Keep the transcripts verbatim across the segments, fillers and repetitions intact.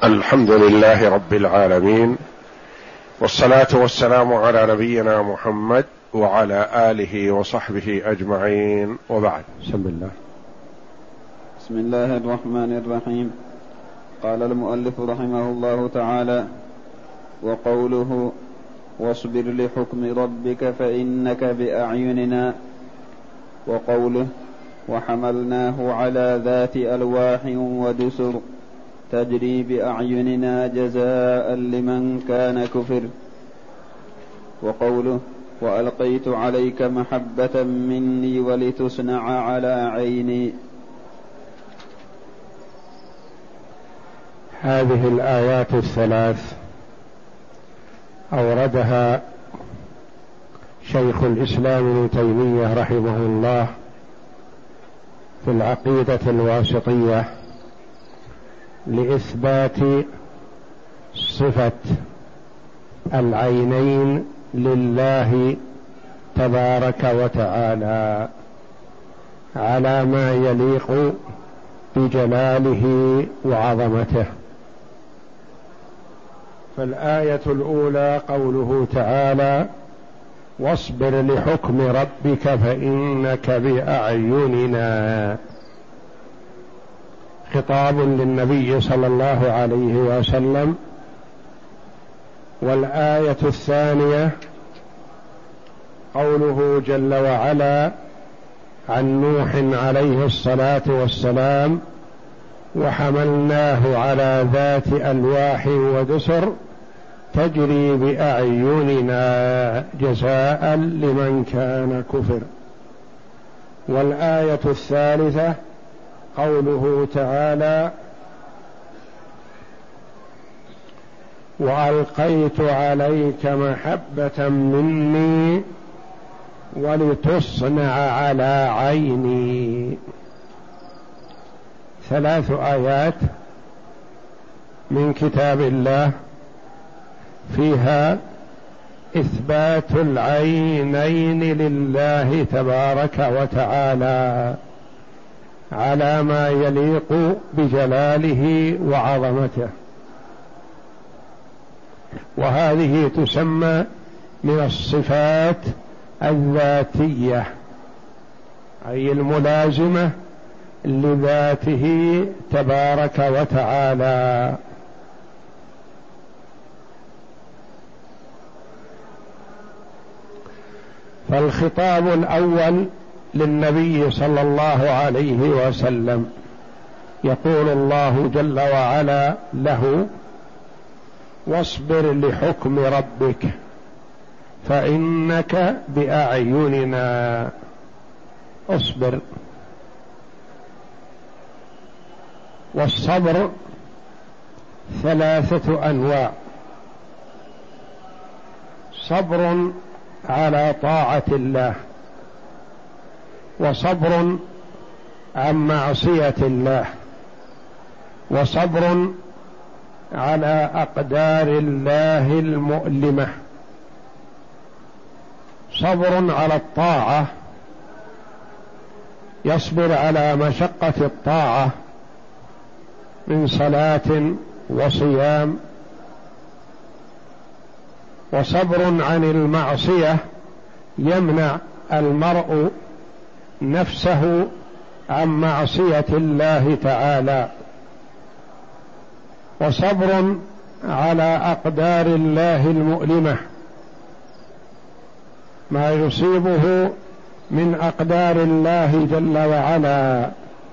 الحمد لله رب العالمين، والصلاة والسلام على نبينا محمد وعلى آله وصحبه أجمعين، وبعد. بسم الله. بسم الله الرحمن الرحيم. قال المؤلف رحمه الله تعالى: وقوله واصبر لحكم ربك فإنك بأعيننا، وقوله وحملناه على ذات ألواح ودسر تجري بأعيننا جزاء لمن كان كفر، وقوله وألقيت عليك محبة مني ولتصنع على عيني. هذه الآيات الثلاث أوردها شيخ الإسلام ابن تيمية رحمه الله في العقيدة الواسطية لإثبات صفة العينين لله تبارك وتعالى على ما يليق بجلاله وعظمته. فالآية الأولى قوله تعالى: واصبر لحكم ربك فإنك بأعيننا، خطاب للنبي صلى الله عليه وسلم. والآية الثانية قوله جل وعلا عن نوح عليه الصلاة والسلام: وحملناه على ذات ألواح ودسر تجري بأعيننا جزاء لمن كان كفر. والآية الثالثة قوله تعالى: وألقيت عليك محبة مني ولتصنع على عيني. ثلاث آيات من كتاب الله فيها إثبات العينين لله تبارك وتعالى على ما يليق بجلاله وعظمته، وهذه تسمى من الصفات الذاتية، أي الملازمة لذاته تبارك وتعالى. فالخطاب الأول للنبي صلى الله عليه وسلم، يقول الله جل وعلا له: واصبر لحكم ربك فإنك بأعيننا. اصبر. والصبر ثلاثة أنواع: صبر على طاعة الله، وصبر عن معصية الله، وصبر على أقدار الله المؤلمة. صبر على الطاعة يصبر على مشقة الطاعة من صلاة وصيام، وصبر عن المعصية يمنع المرء نفسه عن معصية الله تعالى، وصبر على أقدار الله المؤلمة، ما يصيبه من أقدار الله جل وعلا.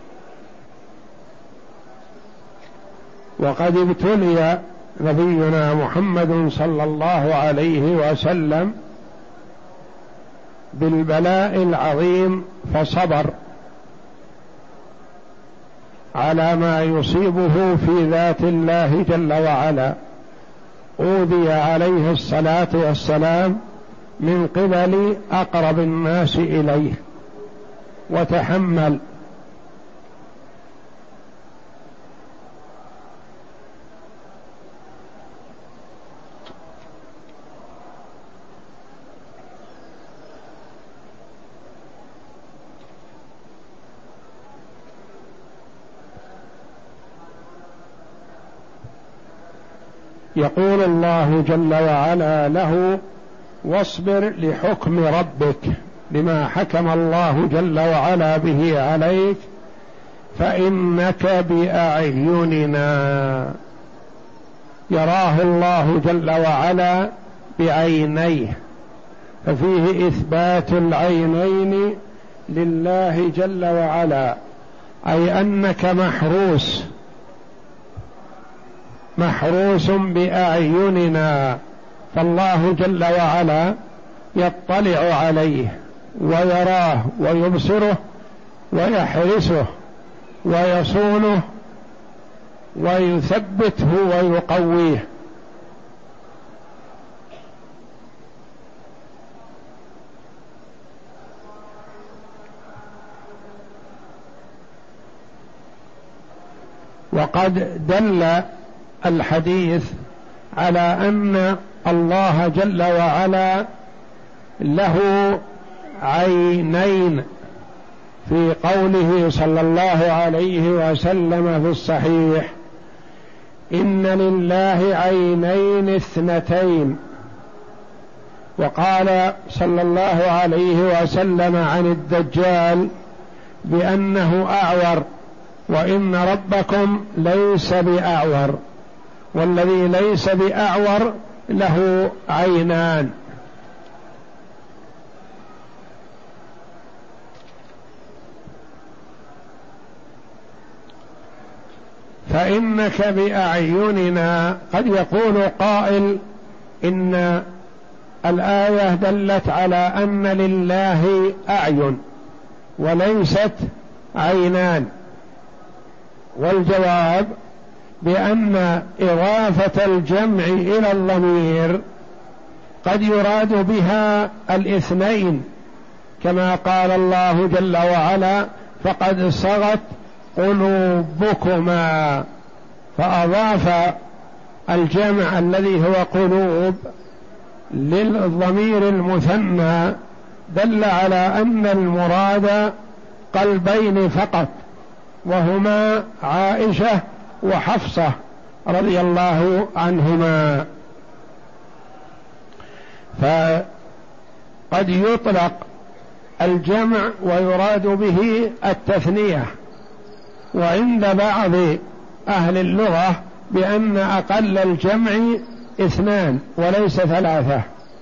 وقد ابتلي نبينا محمد صلى الله عليه وسلم بالبلاء العظيم فصبر على ما يصيبه في ذات الله جل وعلا. أوذي عليه الصلاة والسلام من قبل أقرب الناس إليه وتحمل. يقول الله جل وعلا له: واصبر لحكم ربك، لما حكم الله جل وعلا به عليك، فإنك بأعيننا. يراه الله جل وعلا بعينيه، ففيه إثبات العينين لله جل وعلا، أي أنك محروس محروس بأعيننا، فالله جل وعلا يطلع عليه ويراه ويبصره ويحرسه ويصونه ويثبته ويقويه. وقد دل الحديث على أن الله جل وعلا له عينين، في قوله صلى الله عليه وسلم في الصحيح: إن لله عينين اثنتين. وقال صلى الله عليه وسلم عن الدجال بأنه أعور، وإن ربكم ليس بأعور، والذي ليس بأعور له عينان. فإنك بأعيننا. قد يقول قائل إن الآية دلت على أن لله أعين وليست عينان، والجواب بأن إضافة الجمع إلى الضمير قد يراد بها الاثنين، كما قال الله جل وعلا: فقد صغت قلوبكما، فأضاف الجمع الذي هو قلوب للضمير المثنى، دل على أن المراد قلبين فقط، وهما عائشة وحفصة رضي الله عنهما. فقد يطلق الجمع ويراد به التثنية، وعند بعض أهل اللغة بأن أقل الجمع اثنان وليس ثلاثة.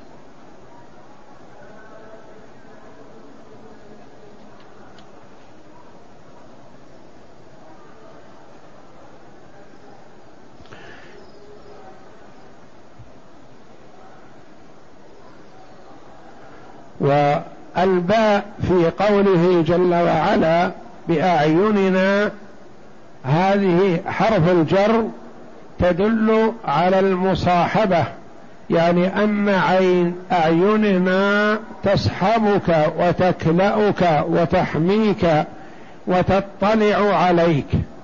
والباء في قوله جل وعلا بأعيننا، هذه حرف الجر تدل على المصاحبة، يعني أن عين أعيننا تصحبك وتكلأك وتحميك وتطلع عليك.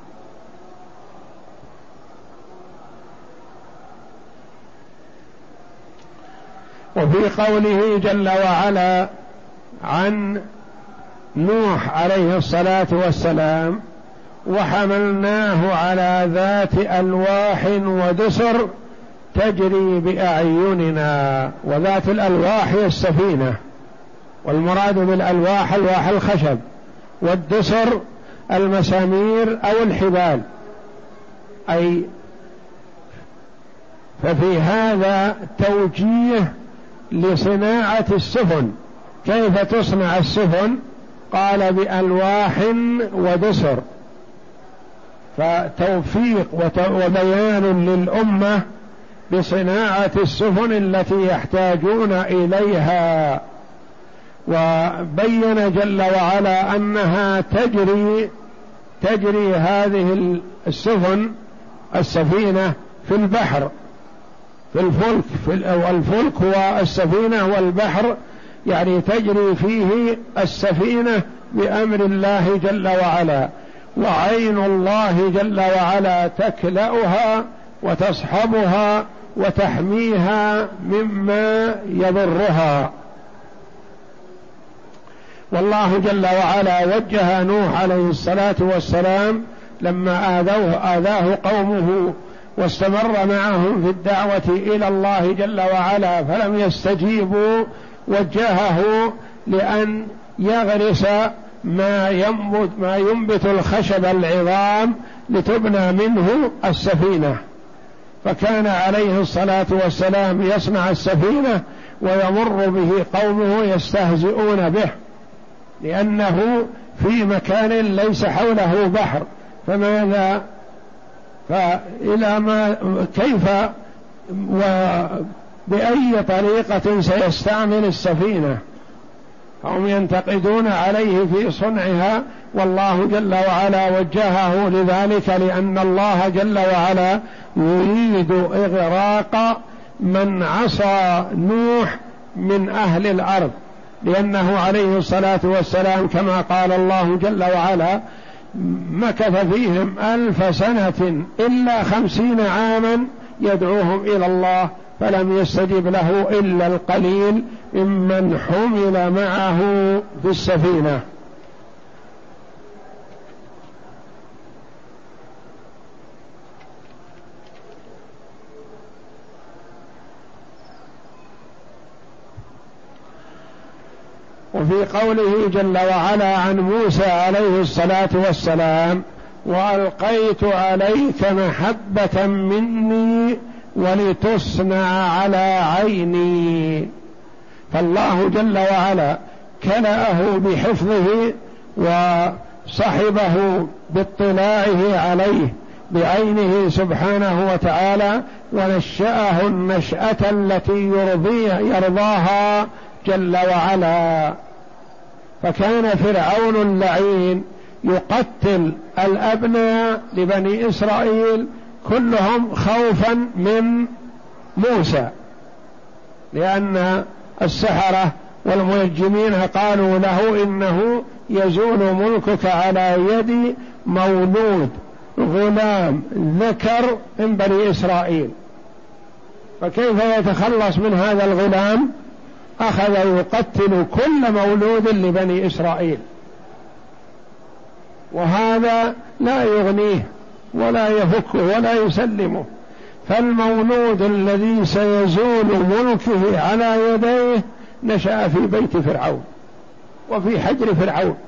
وفي قوله جل وعلا عن نوح عليه الصلاة والسلام: وحملناه على ذات ألواح ودسر تجري بأعيننا. وذات الألواح هي السفينة، والمراد بالألواح ألواح الخشب، والدسر المسامير أو الحبال. أي ففي هذا توجيه لصناعة السفن. كيف تصنع السفن؟ قال بألواح ودسر، فتوفيق وبيان للأمة بصناعة السفن التي يحتاجون إليها. وبين جل وعلا أنها تجري تجري هذه السفن السفينة في البحر، في الفلك، في الفلك هو السفينة، والبحر يعني تجري فيه السفينة بأمر الله جل وعلا، وعين الله جل وعلا تكلأها وتصحبها وتحميها مما يضرها. والله جل وعلا وجه نوح عليه الصلاة والسلام لما آذوه آذاه قومه واستمر معهم في الدعوة إلى الله جل وعلا فلم يستجيبوا، وجهه لأن يغرس ما ينبت ما ينبت الخشب العظام لتبنى منه السفينة. فكان عليه الصلاة والسلام يصنع السفينة ويمر به قومه يستهزئون به، لأنه في مكان ليس حوله بحر، فماذا فإلى ما كيف وبأي طريقة سيستعمل السفينة؟ هم ينتقدون عليه في صنعها، والله جل وعلا وجهه لذلك، لأن الله جل وعلا يريد إغراق من عصى نوح من أهل الأرض، لأنه عليه الصلاة والسلام كما قال الله جل وعلا مكث فيهم ألف سنة إلا خمسين عاما يدعوهم إلى الله فلم يستجب له إلا القليل ممن حمل معه في السفينة. وفي قوله جل وعلا عن موسى عليه الصلاة والسلام: وألقيت عليك محبة مني ولتصنع على عيني. فالله جل وعلا كلأه بحفظه وصحبه باطلاعه عليه بعينه سبحانه وتعالى، ونشأه النشأة التي يرضيه يرضاها جل وعلا. فكان فرعون اللعين يقتل الأبناء لبني إسرائيل كلهم خوفا من موسى، لأن السحرة والمنجمين قالوا له إنه يزول ملكك على يد مولود غلام ذكر من بني إسرائيل، فكيف يتخلص من هذا الغلام؟ أخذ يقتل كل مولود لبني إسرائيل، وهذا لا يغنيه ولا يفكه ولا يسلمه. فالمولود الذي سيزول ملكه على يديه نشأ في بيت فرعون وفي حجر فرعون.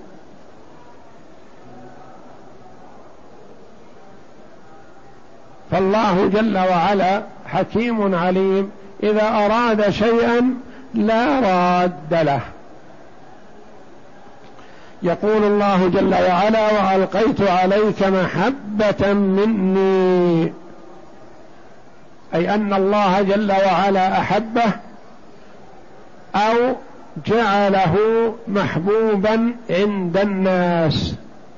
فالله جل وعلا حكيم عليم، إذا أراد شيئا لا راد له. يقول الله جل وعلا: وألقيت عليك محبة مني، أي أن الله جل وعلا أحبه أو جعله محبوبا عند الناس.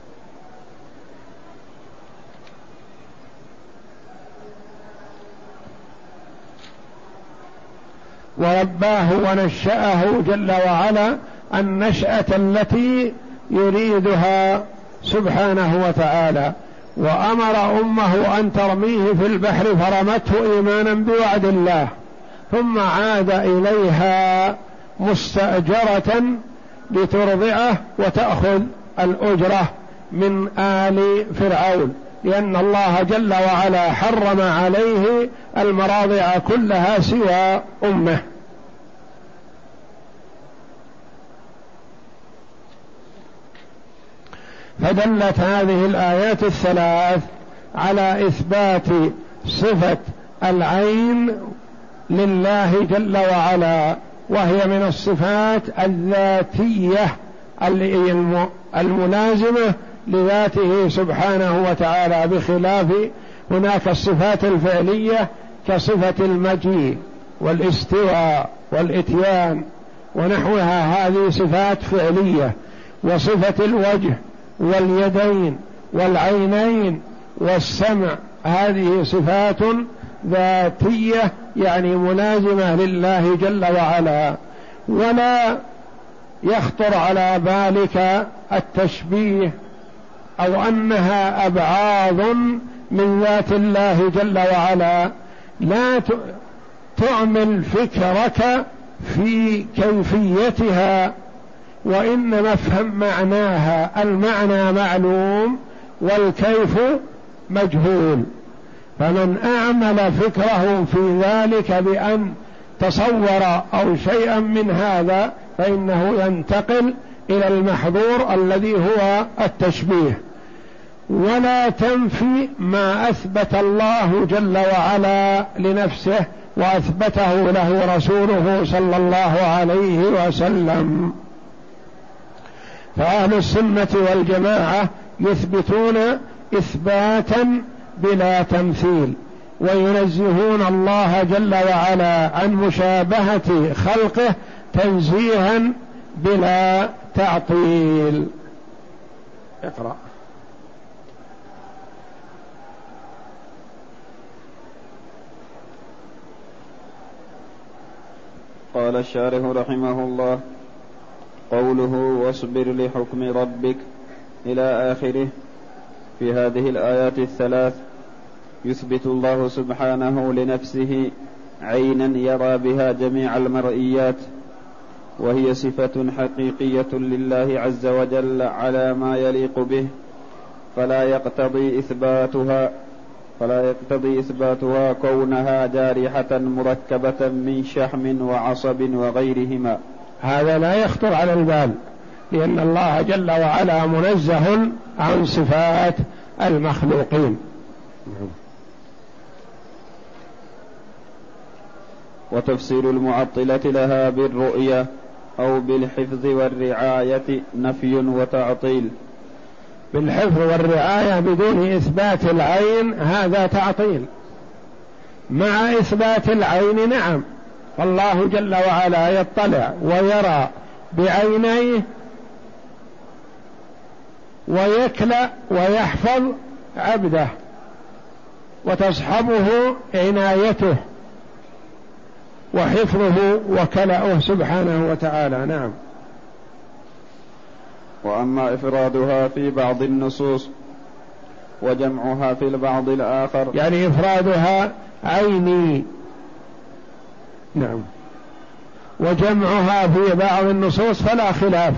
ورباه ونشأه جل وعلا النشأة التي يريدها سبحانه وتعالى، وأمر أمه أن ترميه في البحر فرمته إيمانا بوعد الله، ثم عاد إليها مستأجرة لترضعه وتأخذ الأجرة من آل فرعون، لأن الله جل وعلا حرم عليه المراضع كلها سوى أمه. فدلت هذه الآيات الثلاث على إثبات صفة العين لله جل وعلا، وهي من الصفات الذاتية الملازمة لذاته سبحانه وتعالى، بخلاف هناك الصفات الفعلية كصفة المجيء والاستواء والإتيان ونحوها، هذه صفات فعلية. وصفة الوجه واليدين والعينين والسمع هذه صفات ذاتية، يعني ملازمة لله جل وعلا. ولا يخطر على بالك التشبيه أو أنها أبعاض من ذات الله جل وعلا، لا تعمل فكرك في كيفيتها، وإنما افهم معناها، المعنى معلوم والكيف مجهول. فمن أعمل فكره في ذلك بأن تصور أو شيئا من هذا فإنه ينتقل إلى المحظور الذي هو التشبيه، ولا تنفي ما أثبت الله جل وعلا لنفسه وأثبته له رسوله صلى الله عليه وسلم. فأهل السنة والجماعة يثبتون إثباتا بلا تمثيل، وينزهون الله جل وعلا عن مشابهة خلقه تنزيها بلا تعطيل. اقرأ. قال الشارح رحمه الله: قوله واصبر لحكم ربك إلى آخره. في هذه الآيات الثلاث يثبت الله سبحانه لنفسه عينا يرى بها جميع المرئيات، وهي صفة حقيقية لله عز وجل على ما يليق به، فلا يقتضي إثباتها فلا يقتضي إثباتها كونها جارحة مركبة من شحم وعصب وغيرهما. هذا لا يخطر على البال، لأن الله جل وعلا منزه عن صفات المخلوقين. وتفسير المعطلة لها بالرؤية أو بالحفظ والرعاية نفي وتعطيل. بالحفظ والرعاية بدون إثبات العين هذا تعطيل، مع إثبات العين نعم، فالله جل وعلا يطلع ويرى بعينيه ويكلأ ويحفظ عبده وتصحبه عنايته وحفظه وكلأه سبحانه وتعالى. نعم. وأما إفرادها في بعض النصوص وجمعها في البعض الآخر، يعني إفرادها عيني، نعم، وجمعها في بعض النصوص فلا خلاف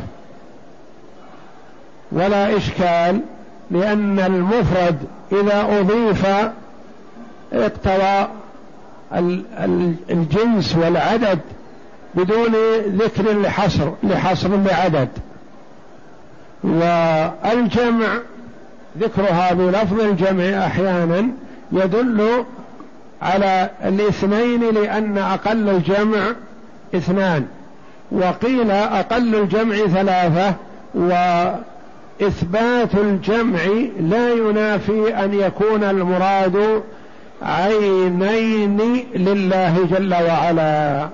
ولا إشكال، لأن المفرد إذا أضيف اقتضى الجنس والعدد بدون ذكر لحصر لحصر لعدد، والجمع ذكرها بلفظ الجمع أحيانا يدل على الاثنين، لأن أقل الجمع اثنان، وقيل أقل الجمع ثلاثة، وإثبات الجمع لا ينافي أن يكون المراد عينين لله جل وعلا.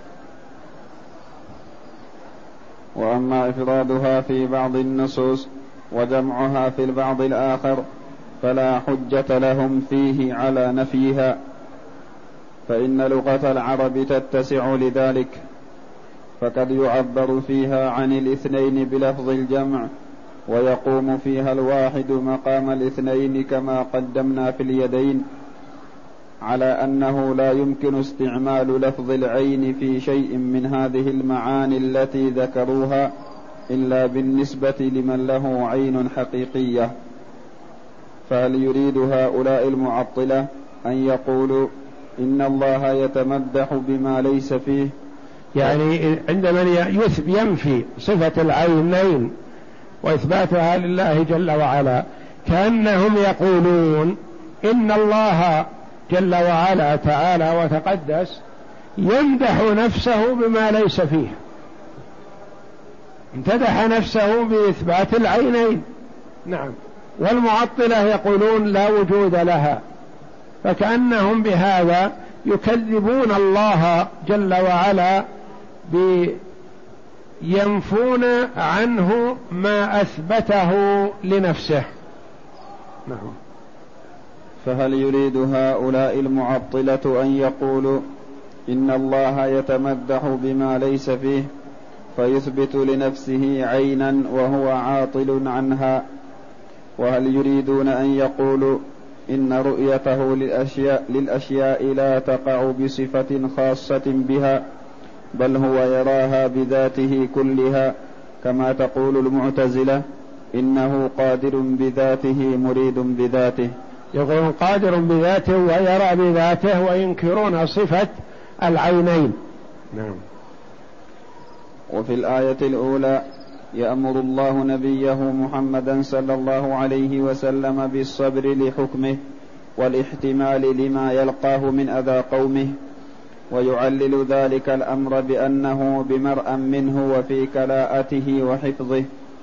وأما إفرادها في بعض النصوص وجمعها في البعض الآخر فلا حجة لهم فيه على نفيها، فإن لغة العرب تتسع لذلك، فقد يعبر فيها عن الاثنين بلفظ الجمع، ويقوم فيها الواحد مقام الاثنين كما قدمنا في اليدين، على أنه لا يمكن استعمال لفظ العين في شيء من هذه المعاني التي ذكروها إلا بالنسبة لمن له عين حقيقية. فهل يريد هؤلاء المعطلة أن يقولوا إن الله يتمدح بما ليس فيه؟ يعني عندما ينفي صفة العينين وإثباتها لله جل وعلا كأنهم يقولون إن الله جل وعلا تعالى وتقدس يمدح نفسه بما ليس فيه، امتدح نفسه بإثبات العينين. نعم. والمعطلة يقولون لا وجود لها، فكأنهم بهذا يكذبون الله جل وعلا بينفون عنه ما أثبته لنفسه. نعم. فهل يريد هؤلاء المعطلة أن يقولوا إن الله يتمدح بما ليس فيه فيثبت لنفسه عينا وهو عاطل عنها؟ وهل يريدون أن يقولوا إن رؤيته للأشياء, للأشياء لا تقع بصفة خاصة بها، بل هو يراها بذاته كلها، كما تقول المعتزلة إنه قادر بذاته مريد بذاته؟ يقولون قادر بذاته ويرى بذاته، وينكرون صفة العينين. نعم. وفي الآية الأولى يأمر الله نبيه محمدا صلى الله عليه وسلم بالصبر لحكمه والاحتمال لما يلقاه من أذى قومه، ويعلل ذلك الأمر بأنه بمرأ منه وفي كلاءته وحفظه.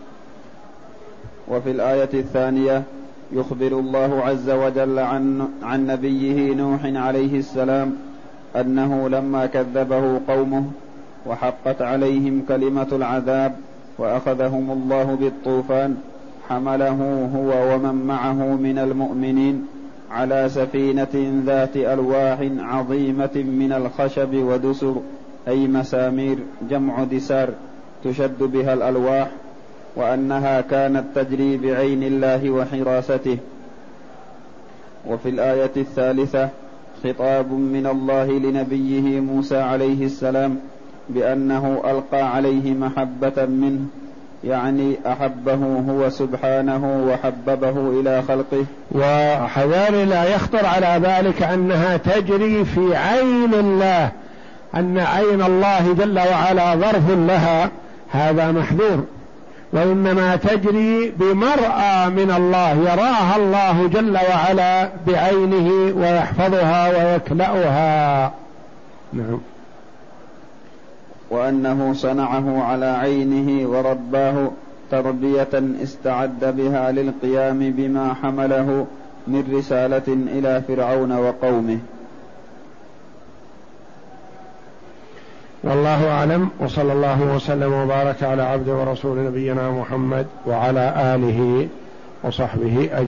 وفي الآية الثانية يخبر الله عز وجل عن, عن نبيه نوح عليه السلام أنه لما كذبه قومه وحقت عليهم كلمة العذاب وأخذهم الله بالطوفان حمله هو ومن معه من المؤمنين على سفينة ذات ألواح عظيمة من الخشب ودسر، أي مسامير جمع دسار تشد بها الألواح، وأنها كانت تجري بعين الله وحراسته. وفي الآية الثالثة خطاب من الله لنبيه موسى عليه السلام بأنه ألقى عليه محبة منه، يعني أحبه هو سبحانه وحببه إلى خلقه. وحذار لا يخطر على ذلك أنها تجري في عين الله، أن عين الله جل وعلا ظرف لها، هذا محذور، وإنما تجري بمرأى من الله يراها الله جل وعلا بعينه ويحفظها ويكلأها. نعم. وأنه صنعه على عينه ورباه تربية استعد بها للقيام بما حمله من رسالة إلى فرعون وقومه. والله أعلم، وصلى الله وسلم وبارك على عبد ورسول نبينا محمد وعلى آله وصحبه أجمعين.